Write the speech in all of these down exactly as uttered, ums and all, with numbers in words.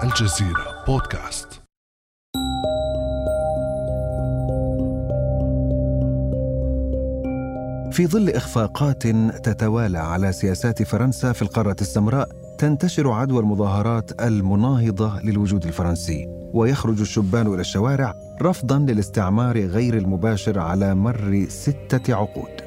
الجزيرة بودكاست. في ظل إخفاقات تتوالى على سياسات فرنسا في القارة السمراء، تنتشر عدوى المظاهرات المناهضة للوجود الفرنسي، ويخرج الشبان إلى الشوارع رفضاً للاستعمار غير المباشر على مر ستة عقود.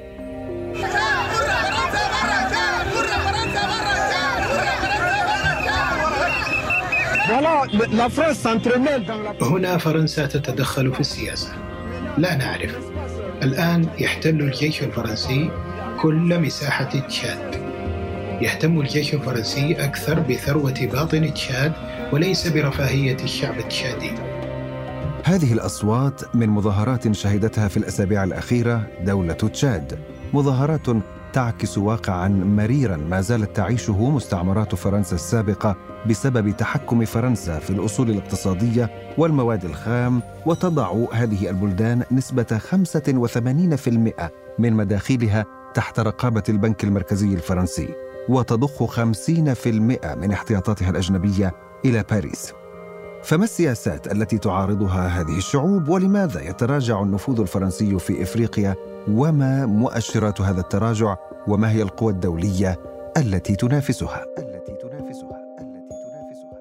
هنا فرنسا تتدخل في السياسة، لا نعرف. الآن يحتل الجيش الفرنسي كل مساحة تشاد. يهتم الجيش الفرنسي أكثر بثروة باطن تشاد وليس برفاهية الشعب التشادي. هذه الأصوات من مظاهرات شهدتها في الأسابيع الأخيرة دولة تشاد، مظاهرات تعكس واقعاً مريراً ما زالت تعيشه مستعمرات فرنسا السابقة بسبب تحكم فرنسا في الأصول الاقتصادية والمواد الخام، وتضع هذه البلدان نسبة خمسة وثمانين بالمئة من مداخلها تحت رقابة البنك المركزي الفرنسي، وتضخ خمسين بالمئة من احتياطاتها الأجنبية إلى باريس. فما السياسات التي تعارضها هذه الشعوب، ولماذا يتراجع النفوذ الفرنسي في إفريقيا، وما مؤشرات هذا التراجع، وما هي القوى الدولية التي تنافسها التي تنافسها التي تنافسها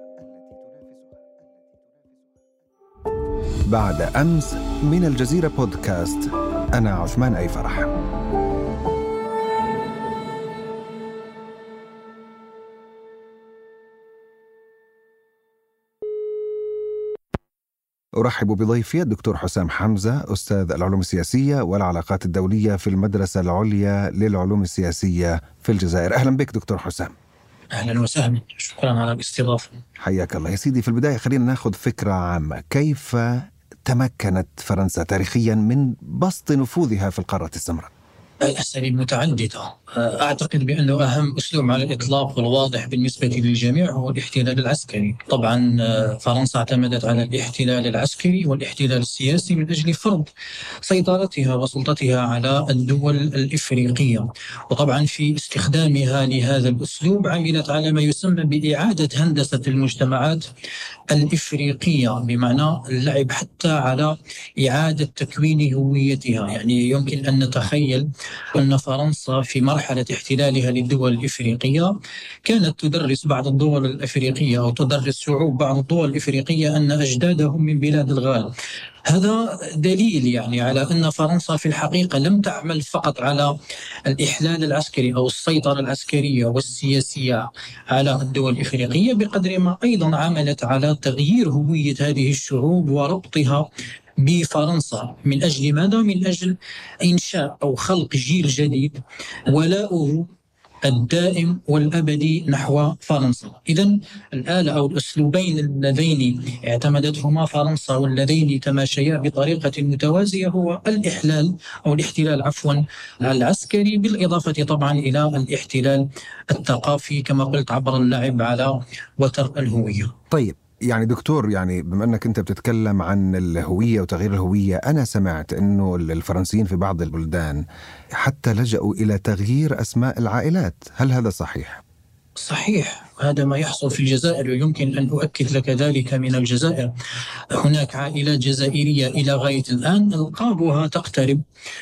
بعد أمس من الجزيرة بودكاست. أنا عثمان أي فرح. أرحب بضيفي الدكتور حسام حمزة، أستاذ العلوم السياسية والعلاقات الدولية في المدرسة العليا للعلوم السياسية في الجزائر. أهلا بك دكتور حسام. أهلا وسهلا، شكرا على الاستضافة. حياك الله يا سيدي. في البداية خلينا ناخذ فكرة عامة، كيف تمكنت فرنسا تاريخيا من بسط نفوذها في القارة السمراء؟ الأساليب متعددة. أعتقد بأنه أهم أسلوب على الإطلاق والواضح بالنسبة للجميع هو الاحتلال العسكري. طبعا فرنسا اعتمدت على الاحتلال العسكري والاحتلال السياسي من أجل فرض سيطرتها وسلطتها على الدول الإفريقية، وطبعا في استخدامها لهذا الأسلوب عملت على ما يسمى بإعادة هندسة المجتمعات الإفريقية، بمعنى اللعب حتى على إعادة تكوين هويتها. يعني يمكن أن نتخيل أن فرنسا في مرحلة احتلالها للدول الإفريقية كانت تدرس بعض الدول الإفريقية أو تدرس شعوب بعض الدول الإفريقية أن أجدادهم من بلاد الغال. هذا دليل يعني على أن فرنسا في الحقيقة لم تعمل فقط على الإحلال العسكري أو السيطرة العسكرية والسياسية على الدول الإفريقية، بقدر ما أيضا عملت على تغيير هوية هذه الشعوب وربطها بفرنسا. من أجل ماذا؟ من أجل إنشاء أو خلق جيل جديد ولاؤه الدائم والأبدي نحو فرنسا. إذن الآلة أو الأسلوبين اللذين اعتمدتهما فرنسا واللذين تماشيا بطريقة متوازية هو الإحلال أو الاحتلال عفوا العسكري، بالإضافة طبعا إلى الاحتلال الثقافي كما قلت عبر اللعب على وتر الهوية. طيب يعني دكتور، يعني بما أنك أنت بتتكلم عن الهوية وتغيير الهوية، أنا سمعت أنه الفرنسيين في بعض البلدان حتى لجأوا إلى تغيير أسماء العائلات، هل هذا صحيح؟ صحيح، هذا ما يحصل في الجزائر، ويمكن أن أؤكد لك ذلك من الجزائر. هناك عائلات جزائرية إلى غاية الآن ألقابها تقترب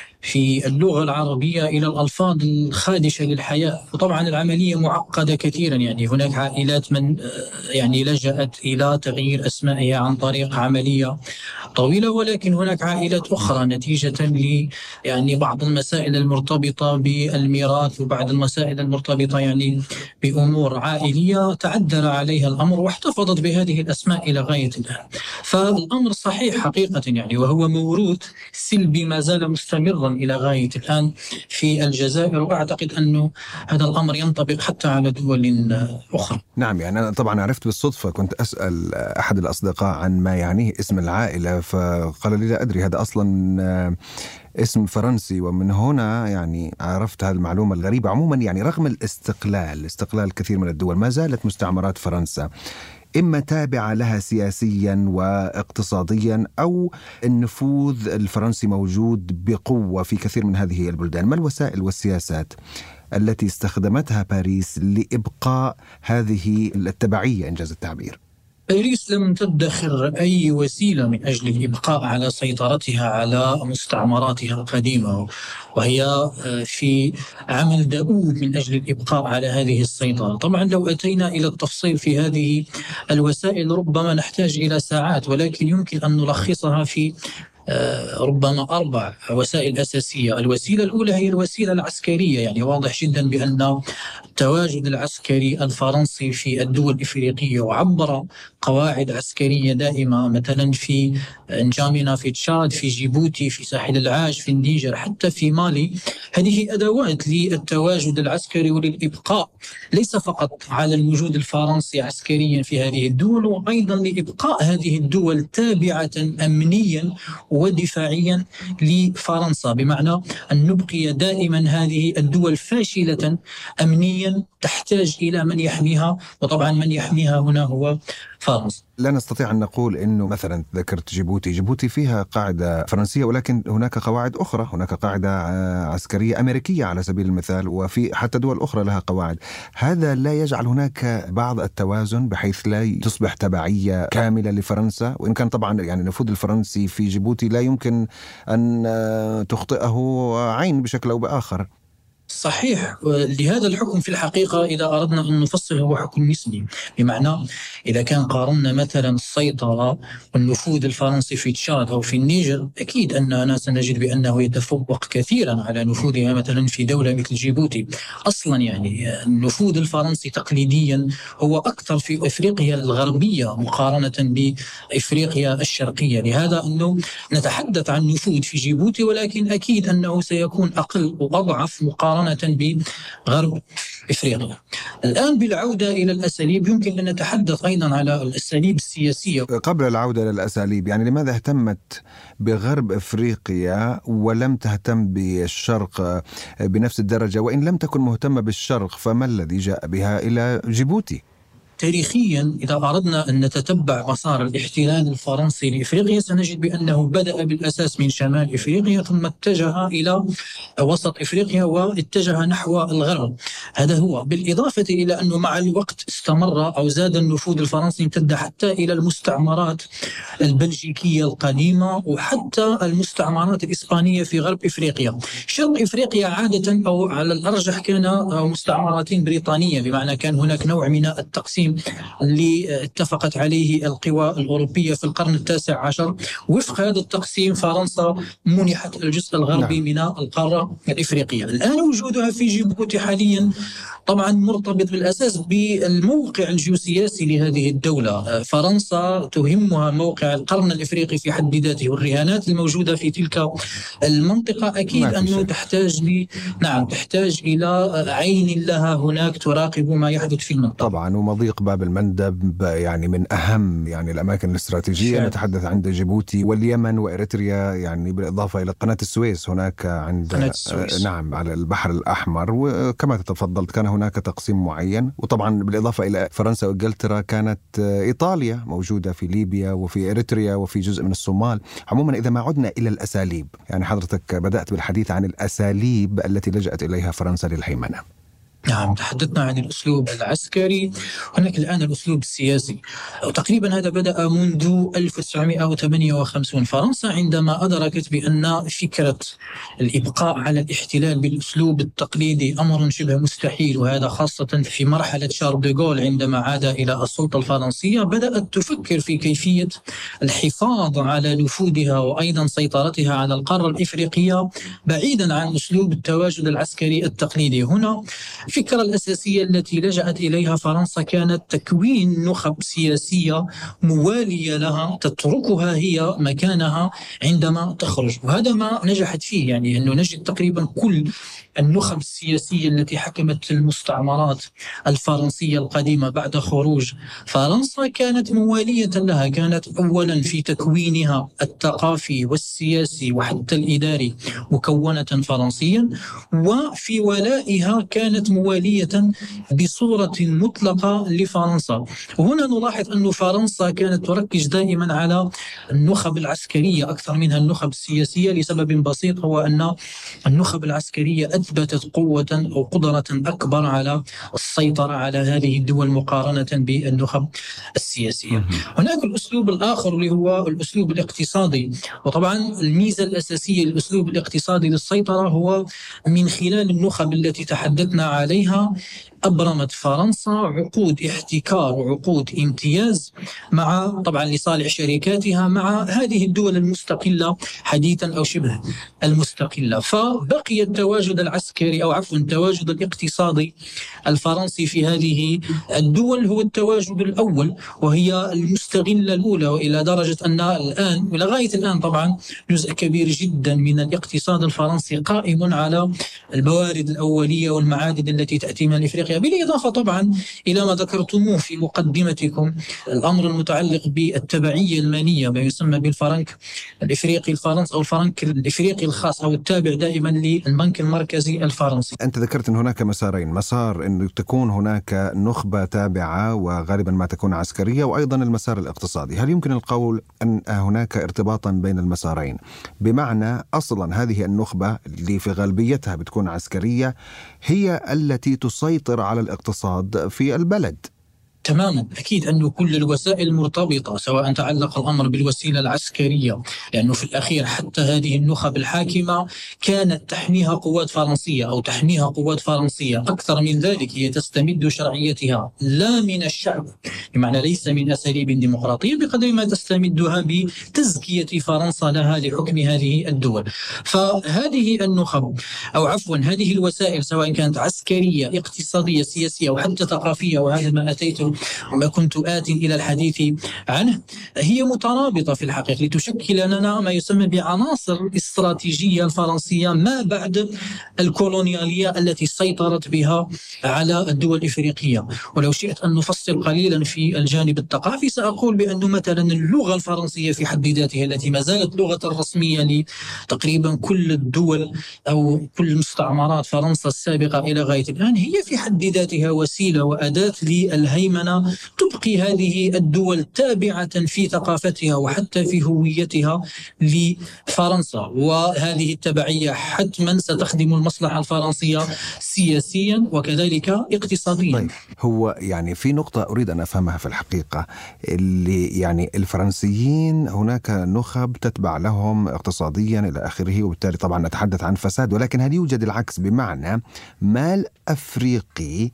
في اللغة العربية إلى الألفاظ الخادشة للحياة، وطبعا العملية معقدة كثيرا. يعني هناك عائلات من يعني لجأت إلى تغيير أسمائها عن طريق عملية طويلة، ولكن هناك عائلات أخرى نتيجة ل يعني بعض المسائل المرتبطة بالميراث وبعض المسائل المرتبطة يعني بأمور عائلية تعذر عليها الأمر واحتفظت بهذه الأسماء إلى غاية الآن. فالأمر صحيح حقيقة يعني، وهو موروث سلبي ما زال مستمرا إلى غاية الآن في الجزائر، وأعتقد أنه هذا الأمر ينطبق حتى على دول أخرى. نعم، يعني أنا طبعا عرفت بالصدفة، كنت أسأل أحد الأصدقاء عن ما يعنيه اسم العائلة، فقال لي لا أدري، هذا أصلا اسم فرنسي، ومن هنا يعني عرفت هذه المعلومة الغريبة. عموما يعني رغم الاستقلال استقلال كثير من الدول، ما زالت مستعمرات فرنسا إما تابعة لها سياسيا واقتصاديا، أو النفوذ الفرنسي موجود بقوة في كثير من هذه البلدان. ما الوسائل والسياسات التي استخدمتها باريس لإبقاء هذه التبعية إنجاز التعبير؟ باريس لم تدخر أي وسيلة من أجل الإبقاء على سيطرتها على مستعمراتها القديمة، وهي في عمل دؤوب من أجل الإبقاء على هذه السيطرة. طبعا لو أتينا إلى التفصيل في هذه الوسائل ربما نحتاج إلى ساعات، ولكن يمكن أن نلخصها في ربما أربع وسائل أساسية. الوسيلة الأولى هي الوسيلة العسكرية، يعني واضح جدا بأن التواجد العسكري الفرنسي في الدول الإفريقية، وعبر قواعد عسكرية دائمة مثلا في نجامنا، في تشاد، في جيبوتي، في ساحل العاج، في النيجر، حتى في مالي. هذه أدوات للتواجد العسكري وللإبقاء ليس فقط على الوجود الفرنسي عسكريا في هذه الدول، وأيضا لإبقاء هذه الدول تابعة أمنيا ودفاعيا لفرنسا، بمعنى أن نبقي دائما هذه الدول فاشلة أمنيا تحتاج إلى من يحميها، وطبعا من يحميها هنا هو فرنسا. لا نستطيع أن نقول أنه مثلا ذكرت جيبوتي جيبوتي فيها قاعدة فرنسية، ولكن هناك قواعد أخرى، هناك قاعدة عسكرية أمريكية على سبيل المثال، وفي حتى دول أخرى لها قواعد. هذا لا يجعل هناك بعض التوازن بحيث لا تصبح تبعية كاملة لفرنسا، وإن كان طبعا يعني النفوذ الفرنسي في جيبوتي لا يمكن أن تخطئه عين بشكل أو بآخر. صحيح. لهذا الحكم في الحقيقة إذا أردنا أن نفصل هو حكم نسبي، بمعنى إذا كان قارنا مثلا السيطرة والنفوذ الفرنسي في تشاد أو في النيجر، أكيد أننا سنجد بأنه يتفوق كثيرا على نفوذها مثلا في دولة مثل جيبوتي. أصلا يعني النفوذ الفرنسي تقليديا هو أكثر في إفريقيا الغربية مقارنة بإفريقيا الشرقية، لهذا أنه نتحدث عن نفوذ في جيبوتي، ولكن أكيد أنه سيكون أقل وأضعف مقارنة بغرب إفريقيا. الآن بالعودة إلى الأساليب يمكن أن نتحدث أيضا على الأساليب السياسية. قبل العودة إلى الأساليب، يعني لماذا اهتمت بغرب إفريقيا ولم تهتم بالشرق بنفس الدرجة؟ وإن لم تكن مهتمة بالشرق فما الذي جاء بها إلى جيبوتي؟ تاريخيا إذا أردنا أن نتتبع مسار الاحتلال الفرنسي لإفريقيا سنجد بأنه بدأ بالأساس من شمال إفريقيا، ثم اتجه إلى وسط إفريقيا واتجه نحو الغرب. هذا هو، بالإضافة إلى أنه مع الوقت استمر أو زاد النفوذ الفرنسي، امتد حتى إلى المستعمرات البلجيكية القديمة وحتى المستعمرات الإسبانية في غرب إفريقيا. شرق إفريقيا عادة أو على الأرجح كان مستعمرات بريطانية، بمعنى كان هناك نوع من التقسيم اللي اتفقت عليه القوى الأوروبية في القرن التاسع عشر. وفق هذا التقسيم فرنسا منحت الجزء الغربي نعم. من القارة الإفريقية. الآن وجودها في جيبوتي حاليا طبعا مرتبط بالأساس بالموقع الجيوسياسي لهذه الدولة. فرنسا تهمها موقع القرن الإفريقي في حد ذاته، والرهانات الموجودة في تلك المنطقة أكيد أنه تحتاج ل... نعم تحتاج إلى عين لها هناك تراقب ما يحدث في المنطقة. طبعا، ومضيق باب المندب يعني من أهم يعني الأماكن الاستراتيجية. شاء. نتحدث عند جيبوتي واليمن وإريتريا، يعني بالإضافة إلى قناة السويس هناك عند السويس. نعم على البحر الأحمر. وكما تفضلت كان هناك تقسيم معين، وطبعا بالإضافة إلى فرنسا وإنجلترا كانت إيطاليا موجودة في ليبيا وفي إريتريا وفي جزء من الصومال. عموما إذا ما عدنا إلى الأساليب، يعني حضرتك بدأت بالحديث عن الأساليب التي لجأت إليها فرنسا للهيمنة. نعم، تحدثنا عن الأسلوب العسكري، هناك الآن الأسلوب السياسي. وتقريبا هذا بدأ منذ ألف وتسعمائة وثمانية وخمسين. فرنسا عندما أدركت بأن فكرة الإبقاء على الاحتلال بالأسلوب التقليدي أمر شبه مستحيل، وهذا خاصة في مرحلة شارل دي غول عندما عاد إلى السلطة الفرنسية، بدأت تفكر في كيفية الحفاظ على نفوذها وأيضا سيطرتها على القارة الإفريقية بعيدا عن أسلوب التواجد العسكري التقليدي. هنا الفكرة الأساسية التي لجأت إليها فرنسا كانت تكوين نخب سياسية موالية لها تتركها هي مكانها عندما تخرج، وهذا ما نجحت فيه. يعني أنه نجد تقريبا كل النخب السياسية التي حكمت المستعمرات الفرنسية القديمة بعد خروج فرنسا كانت موالية لها، كانت أولا في تكوينها الثقافي والسياسي وحتى الإداري مكونة فرنسيا، وفي ولائها كانت موالية دولية بصورة مطلقة لفرنسا. وهنا نلاحظ أن فرنسا كانت تركز دائما على النخب العسكرية أكثر منها النخب السياسية، لسبب بسيط، هو أن النخب العسكرية أثبتت قوة أو قدرة أكبر على السيطرة على هذه الدول مقارنة بالنخب السياسية. هناك الأسلوب الآخر اللي هو الأسلوب الاقتصادي، وطبعا الميزة الأساسية للأسلوب الاقتصادي للسيطرة هو من خلال النخب التي تحدثنا عليها أبرمت فرنسا عقود احتكار وعقود امتياز مع طبعا لصالح شركاتها مع هذه الدول المستقلة حديثا أو شبه المستقلة. فبقي التواجد العسكري أو عفوا التواجد الاقتصادي الفرنسي في هذه الدول هو التواجد الأول، وهي المستغلة الأولى، وإلى درجة أن الآن ولغاية الآن طبعا جزء كبير جدا من الاقتصاد الفرنسي قائم على الموارد الأولية والمعادن التي تأتي من إفريقيا، بالإضافة طبعا إلى ما ذكرتموه في مقدمتكم، الأمر المتعلق بالتبعية المالية، ما يسمى بالفرنك الإفريقي الفرنسي أو الفرنك الإفريقي الخاص أو التابع دائما للبنك المركزي الفرنسي. أنت ذكرت أن هناك مسارين، مسار أن تكون هناك نخبة تابعة وغالبا ما تكون عسكرية، وأيضا المسار الاقتصادي. هل يمكن القول أن هناك ارتباطا بين المسارين، بمعنى أصلا هذه النخبة اللي في غالبيتها بتكون عسكرية هي التي تسيطر على الاقتصاد في البلد؟ تماما، أكيد أنه كل الوسائل مرتبطة، سواء تعلق الأمر بالوسيلة العسكرية، لأنه في الأخير حتى هذه النخب الحاكمة كانت تحميها قوات فرنسية أو تحميها قوات فرنسية. أكثر من ذلك، هي تستمد شرعيتها لا من الشعب، بمعنى ليس من أساليب ديمقراطية، بقدر ما تستمدها بتزكية فرنسا لها لحكم هذه الدول. فهذه النخب أو عفوا هذه الوسائل سواء كانت عسكرية اقتصادية سياسية أو حتى ثقافية، وهذا ما أتيت وما كنت آت إلى الحديث عنه، هي مترابطة في الحقيقة لتشكل لنا ما يسمى بعناصر الاستراتيجية الفرنسية ما بعد الكولونيالية التي سيطرت بها على الدول الإفريقية. ولو شئت أن نفصل قليلا في الجانب الثقافي، سأقول بأن مثلا اللغة الفرنسية في حد ذاتها التي ما زالت لغة رسمية لتقريبا كل الدول أو كل مستعمرات فرنسا السابقة إلى غاية الآن، هي في حد ذاتها وسيلة وأداة للهيمنة تبقي هذه الدول تابعة في ثقافتها وحتى في هويتها لفرنسا، وهذه التبعية حتما ستخدم المصلحة الفرنسية سياسيا وكذلك اقتصاديا. طيب، هو يعني في نقطة أريد أن أفهمها في الحقيقة، اللي يعني الفرنسيين هناك نخب تتبع لهم اقتصاديا إلى آخره، وبالتالي طبعا نتحدث عن فساد، ولكن هل يوجد العكس، بمعنى مال أفريقي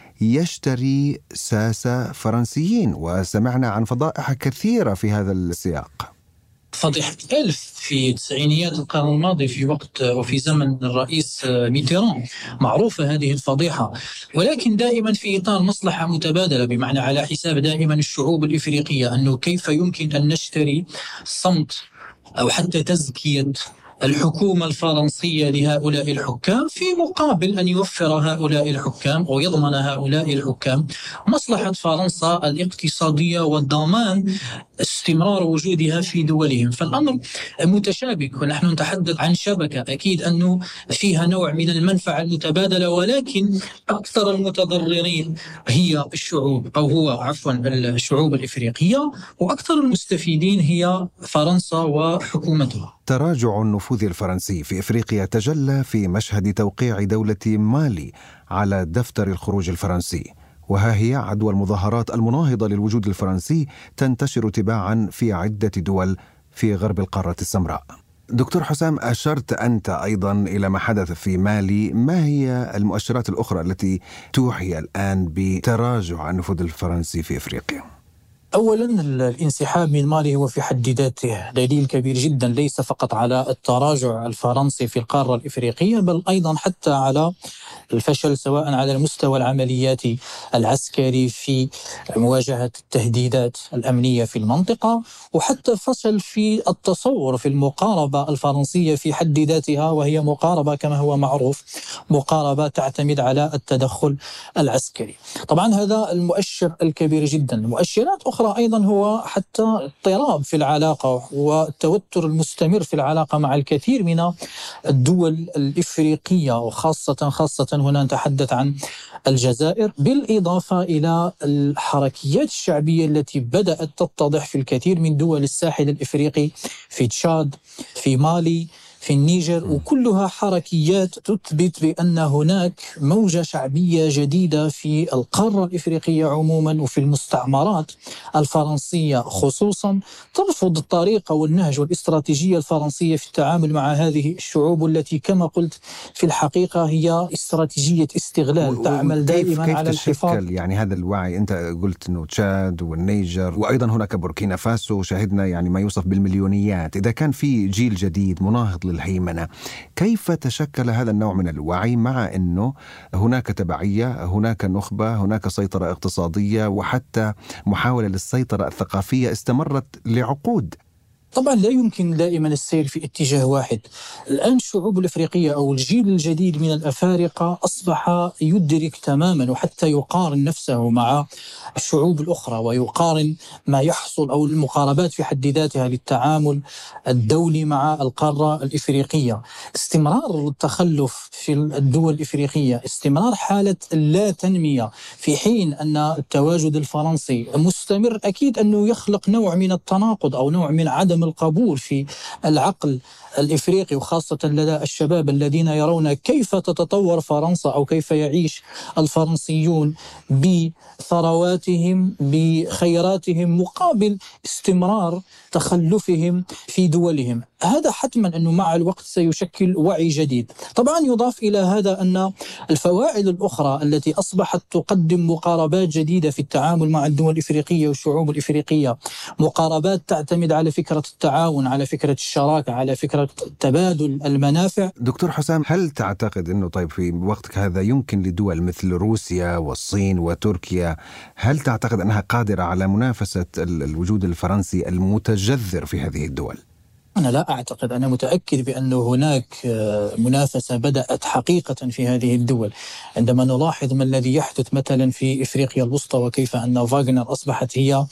يشتري ساسة فرنسيين؟ وسمعنا عن فضائح كثيرة في هذا السياق. فضيحة ألف في تسعينيات القرن الماضي في وقت وفي زمن الرئيس ميتيران، معروفة هذه الفضيحة، ولكن دائما في إطار مصلحة متبادلة، بمعنى على حساب دائما الشعوب الإفريقية، أنه كيف يمكن أن نشتري صمت أو حتى تزكية الحكومة الفرنسية لهؤلاء الحكام، في مقابل أن يوفر هؤلاء الحكام أو يضمن هؤلاء الحكام مصلحة فرنسا الاقتصادية والضمان استمرار وجودها في دولهم. فالأمر متشابك، ونحن نتحدث عن شبكة أكيد أنه فيها نوع من المنفعة المتبادلة، ولكن أكثر المتضررين هي الشعوب أو هو عفوا الشعوب الإفريقية، وأكثر المستفيدين هي فرنسا وحكومتها. تراجع النفوذ الفرنسي في إفريقيا تجلى في مشهد توقيع دولة مالي على دفتر الخروج الفرنسي، وها هي عدوى المظاهرات المناهضة للوجود الفرنسي تنتشر تباعا في عدة دول في غرب القارة السمراء. دكتور حسام، أشرت أنت أيضا إلى ما حدث في مالي، ما هي المؤشرات الأخرى التي توحي الآن بتراجع النفوذ الفرنسي في إفريقيا؟ أولا، الانسحاب من مالي هو في حد ذاته دليل كبير جدا، ليس فقط على التراجع الفرنسي في القارة الإفريقية، بل أيضا حتى على الفشل سواء على المستوى العملياتي العسكري في مواجهة التهديدات الأمنية في المنطقة، وحتى فشل في التصور في المقاربة الفرنسية في حد ذاتها، وهي مقاربة كما هو معروف مقاربة تعتمد على التدخل العسكري. طبعا هذا المؤشر الكبير جدا. مؤشرات أخرى الأخرى أيضا هو حتى اضطراب في العلاقة والتوتر المستمر في العلاقة مع الكثير من الدول الإفريقية، وخاصة خاصة هنا نتحدث عن الجزائر، بالإضافة إلى الحركيات الشعبية التي بدأت تتضح في الكثير من دول الساحل الإفريقي، في تشاد، في مالي، في النيجر، وكلها حركيات تثبت بأن هناك موجة شعبية جديدة في القارة الإفريقية عموما وفي المستعمرات الفرنسية خصوصا ترفض الطريقة والنهج والاستراتيجية الفرنسية في التعامل مع هذه الشعوب التي كما قلت في الحقيقة هي استراتيجية استغلال تعمل دائما كيف على الحفاظ. يعني هذا الوعي، أنت قلت أنه تشاد والنيجر وأيضا هناك بوركينا فاسو شاهدنا يعني ما يوصف بالمليونيات، إذا كان في جيل جديد مناهض للهيمنة، كيف تشكل هذا النوع من الوعي مع أنه هناك تبعية، هناك نخبة، هناك سيطرة اقتصادية وحتى محاولة للسيطرة الثقافية استمرت لعقود؟ طبعا لا يمكن دائما السير في اتجاه واحد. الآن الشعوب الإفريقية أو الجيل الجديد من الأفارقة أصبح يدرك تماما وحتى يقارن نفسه مع الشعوب الأخرى ويقارن ما يحصل أو المقاربات في حد ذاتها للتعامل الدولي مع القارة الإفريقية. استمرار التخلف في الدول الإفريقية، استمرار حالة لا تنمية في حين أن التواجد الفرنسي مستمر، أكيد أنه يخلق نوع من التناقض أو نوع من عدم القبول في العقل الإفريقي، وخاصة لدى الشباب الذين يرون كيف تتطور فرنسا أو كيف يعيش الفرنسيون بثرواتهم بخيراتهم مقابل استمرار تخلفهم في دولهم. هذا حتما أنه مع الوقت سيشكل وعي جديد. طبعا يضاف إلى هذا أن الفواعل الأخرى التي أصبحت تقدم مقاربات جديدة في التعامل مع الدول الإفريقية والشعوب الإفريقية، مقاربات تعتمد على فكرة التعاون، على فكرة الشراكة، على فكرة تبادل المنافع. دكتور حسام، هل تعتقد أنه طيب في وقتك هذا يمكن لدول مثل روسيا والصين وتركيا، هل تعتقد أنها قادرة على منافسة الوجود الفرنسي المتجذر في هذه الدول؟ أنا لا أعتقد، أنا متأكد بأن هناك منافسة بدأت حقيقة في هذه الدول. عندما نلاحظ ما الذي يحدث مثلا في إفريقيا الوسطى وكيف أن فاغنر أصبحت هي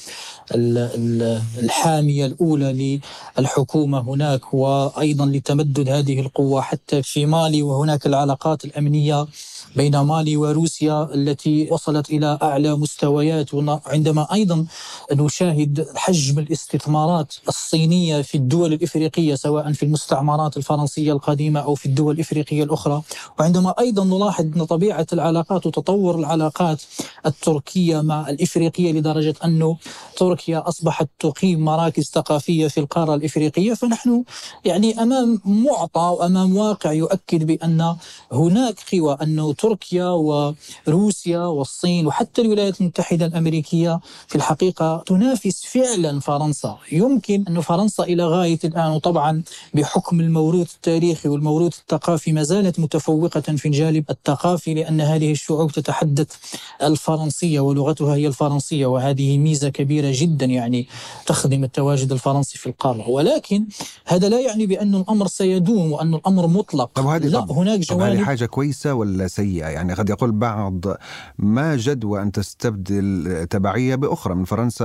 الحامية الأولى للحكومة هناك، وأيضا لتمدد هذه القوة حتى في مالي، وهناك العلاقات الأمنية بين مالي وروسيا التي وصلت إلى أعلى مستويات. عندما أيضا نشاهد حجم الاستثمارات الصينية في الدول الإفريقية سواء في المستعمرات الفرنسية القديمة أو في الدول الإفريقية الأخرى، وعندما أيضا نلاحظ أن طبيعة العلاقات وتطور العلاقات التركية مع الإفريقية لدرجة أنه تركيا أصبحت تقيم مراكز ثقافية في القارة الإفريقية، فنحن يعني أمام معطى وأمام واقع يؤكد بأن هناك قوى، أنه تركيا وروسيا والصين وحتى الولايات المتحدة الأمريكية في الحقيقة تنافس فعلا فرنسا. يمكن أن فرنسا إلى غاية الآن، وطبعا بحكم الموروث التاريخي والموروث الثقافي، ما زالت متفوقة في الجانب الثقافي، لأن هذه الشعوب تتحدث الفرنسية ولغتها هي الفرنسية، وهذه ميزة كبيرة جدا يعني تخدم التواجد الفرنسي في القارة. ولكن هذا لا يعني بأن الأمر سيدوم وأن الأمر مطلق. لا، هناك جوانب. هذه حاجة كويسة ولا سيئة؟ يعني قد يقول بعض ما جدوى أن تستبدل تبعية بأخرى من فرنسا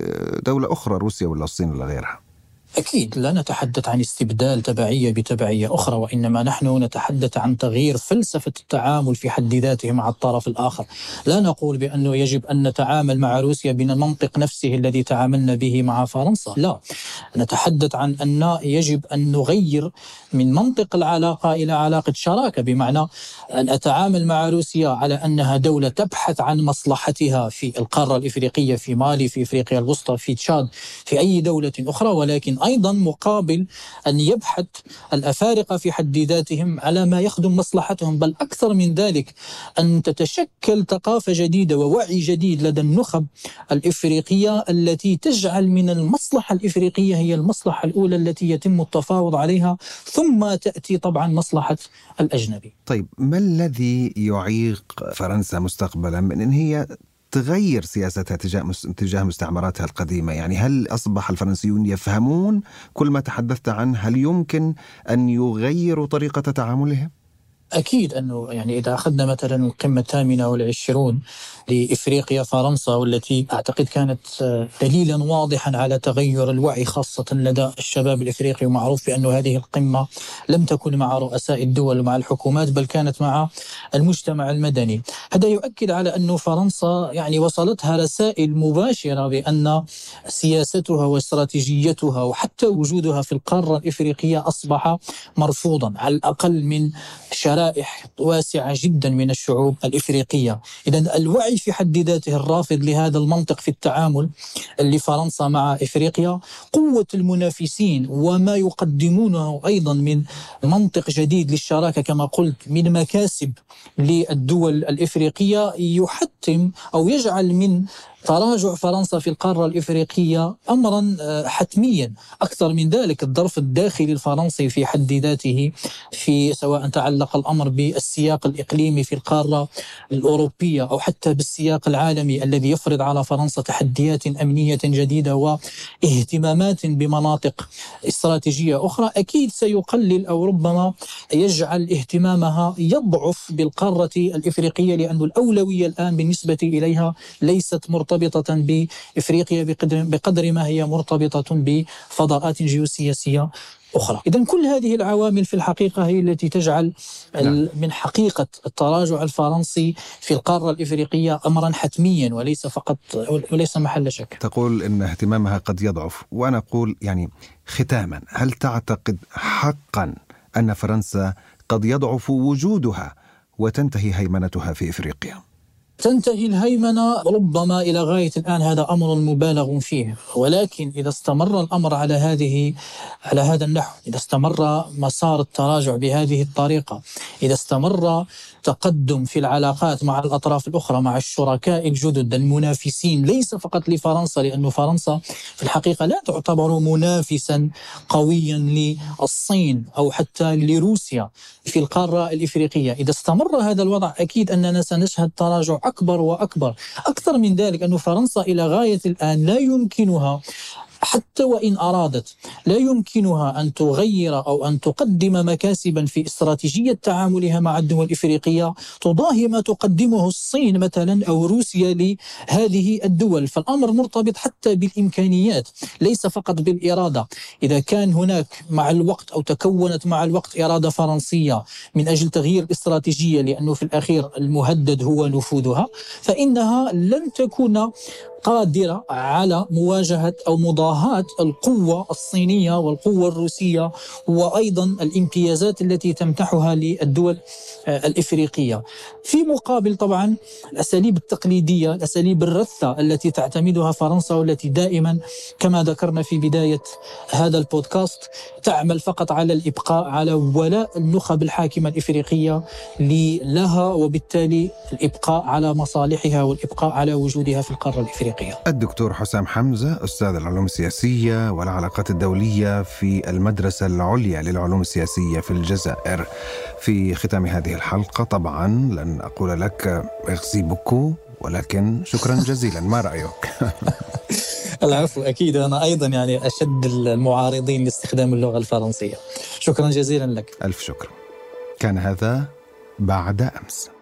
لدولة أخرى، روسيا ولا الصين ولا غيرها. أكيد لا نتحدث عن استبدال تبعية بتبعية أخرى، وإنما نحن نتحدث عن تغيير فلسفة التعامل في حد ذاته مع الطرف الآخر. لا نقول بأنه يجب أن نتعامل مع روسيا بالمنطق نفسه الذي تعاملنا به مع فرنسا، لا، نتحدث عن أن يجب أن نغير من منطق العلاقة إلى علاقة شراكة، بمعنى أن أتعامل مع روسيا على أنها دولة تبحث عن مصلحتها في القارة الإفريقية، في مالي، في إفريقيا الوسطى، في تشاد، في أي دولة أخرى، ولكن أيضا مقابل أن يبحث الأفارقة في حد ذاتهم على ما يخدم مصلحتهم، بل أكثر من ذلك أن تتشكل ثقافة جديدة ووعي جديد لدى النخب الإفريقية التي تجعل من المصلحة الإفريقية هي المصلحة الأولى التي يتم التفاوض عليها، ثم تأتي طبعا مصلحة الأجنبي. طيب ما الذي يعيق فرنسا مستقبلا من أن هي تغير سياستها تجاه مستعمراتها القديمة؟ يعني هل أصبح الفرنسيون يفهمون كل ما تحدثت عنه؟ هل يمكن أن يغيروا طريقة تعاملهم؟ أكيد أنه يعني إذا أخذنا مثلا القمة الثامنة والعشرون لإفريقيا فرنسا، والتي أعتقد كانت دليلا واضحا على تغير الوعي خاصة لدى الشباب الإفريقي، ومعروف بأن هذه القمة لم تكن مع رؤساء الدول ومع الحكومات بل كانت مع المجتمع المدني. هذا يؤكد على أن فرنسا يعني وصلتها رسائل مباشرة بأن سياستها واستراتيجيتها وحتى وجودها في القارة الإفريقية أصبح مرفوضا على الأقل من شرائح واسعة جدا من الشعوب الإفريقية. إذن الوعي في حد ذاته الرافض لهذا المنطق في التعامل لفرنسا مع إفريقيا، قوة المنافسين وما يقدمونه أيضا من منطق جديد للشراكة كما قلت من مكاسب للدول الإفريقية، يحتم أو يجعل من تراجع فرنسا في القارة الإفريقية أمرا حتميا. أكثر من ذلك، الظرف الداخلي الفرنسي في حد ذاته، في سواء تعلق الأمر بالسياق الإقليمي في القارة الأوروبية أو حتى بالسياق العالمي الذي يفرض على فرنسا تحديات أمنية جديدة واهتمامات بمناطق استراتيجية أخرى، أكيد سيقلل أو ربما يجعل اهتمامها يضعف بالقارة الإفريقية، لأن الأولوية الآن بالنسبة إليها ليست مرتبطة مرتبطة بإفريقيا بقدر, بقدر ما هي مرتبطة بفضاءات جيوسياسية أخرى. إذن كل هذه العوامل في الحقيقة هي التي تجعل نعم. من حقيقة التراجع الفرنسي في القارة الإفريقية أمرا حتميا وليس فقط وليس محل شك. تقول إن اهتمامها قد يضعف، وأنا أقول يعني ختاما، هل تعتقد حقا أن فرنسا قد يضعف وجودها وتنتهي هيمنتها في إفريقيا؟ تنتهي الهيمنة ربما إلى غاية الآن، هذا أمر مبالغ فيه، ولكن إذا استمر الأمر على هذه على هذا النحو، إذا استمر مسار التراجع بهذه الطريقة، إذا استمر تقدم في العلاقات مع الأطراف الأخرى، مع الشركاء الجدد المنافسين ليس فقط لفرنسا، لأن فرنسا في الحقيقة لا تعتبر منافسا قويا للصين أو حتى لروسيا في القارة الإفريقية. إذا استمر هذا الوضع أكيد أننا سنشهد تراجع أكبر وأكبر. أكثر من ذلك، أن فرنسا إلى غاية الآن لا يمكنها حتى وإن أرادت لا يمكنها أن تغير أو أن تقدم مكاسبا في استراتيجية تعاملها مع الدول الإفريقية تضاهي ما تقدمه الصين مثلا أو روسيا لهذه الدول. فالأمر مرتبط حتى بالإمكانيات ليس فقط بالإرادة. إذا كان هناك مع الوقت أو تكونت مع الوقت إرادة فرنسية من أجل تغيير الاستراتيجية، لأنه في الأخير المهدد هو نفوذها، فإنها لن تكون قادرة على مواجهة أو مضاهاة القوة الصينية والقوة الروسية وأيضا الامتيازات التي تمنحها للدول الإفريقية. في مقابل طبعا الأساليب التقليدية، الأساليب الرثة التي تعتمدها فرنسا، والتي دائما كما ذكرنا في بداية هذا البودكاست تعمل فقط على الإبقاء على ولاء النخب الحاكمة الإفريقية لها، وبالتالي الإبقاء على مصالحها والإبقاء على وجودها في القارة الإفريقية. الدكتور حسام حمزة، أستاذ العلوم السياسية والعلاقات الدولية في المدرسة العليا للعلوم السياسية في الجزائر. في ختام هذه الحلقة طبعا لن أقول لك ميرسي بوكو، ولكن شكرا جزيلا. ما رأيك؟ العفو، أكيد أنا أيضا يعني أشد المعارضين لاستخدام اللغة الفرنسية. شكرا جزيلا لك. ألف شكر. كان هذا بعد أمس.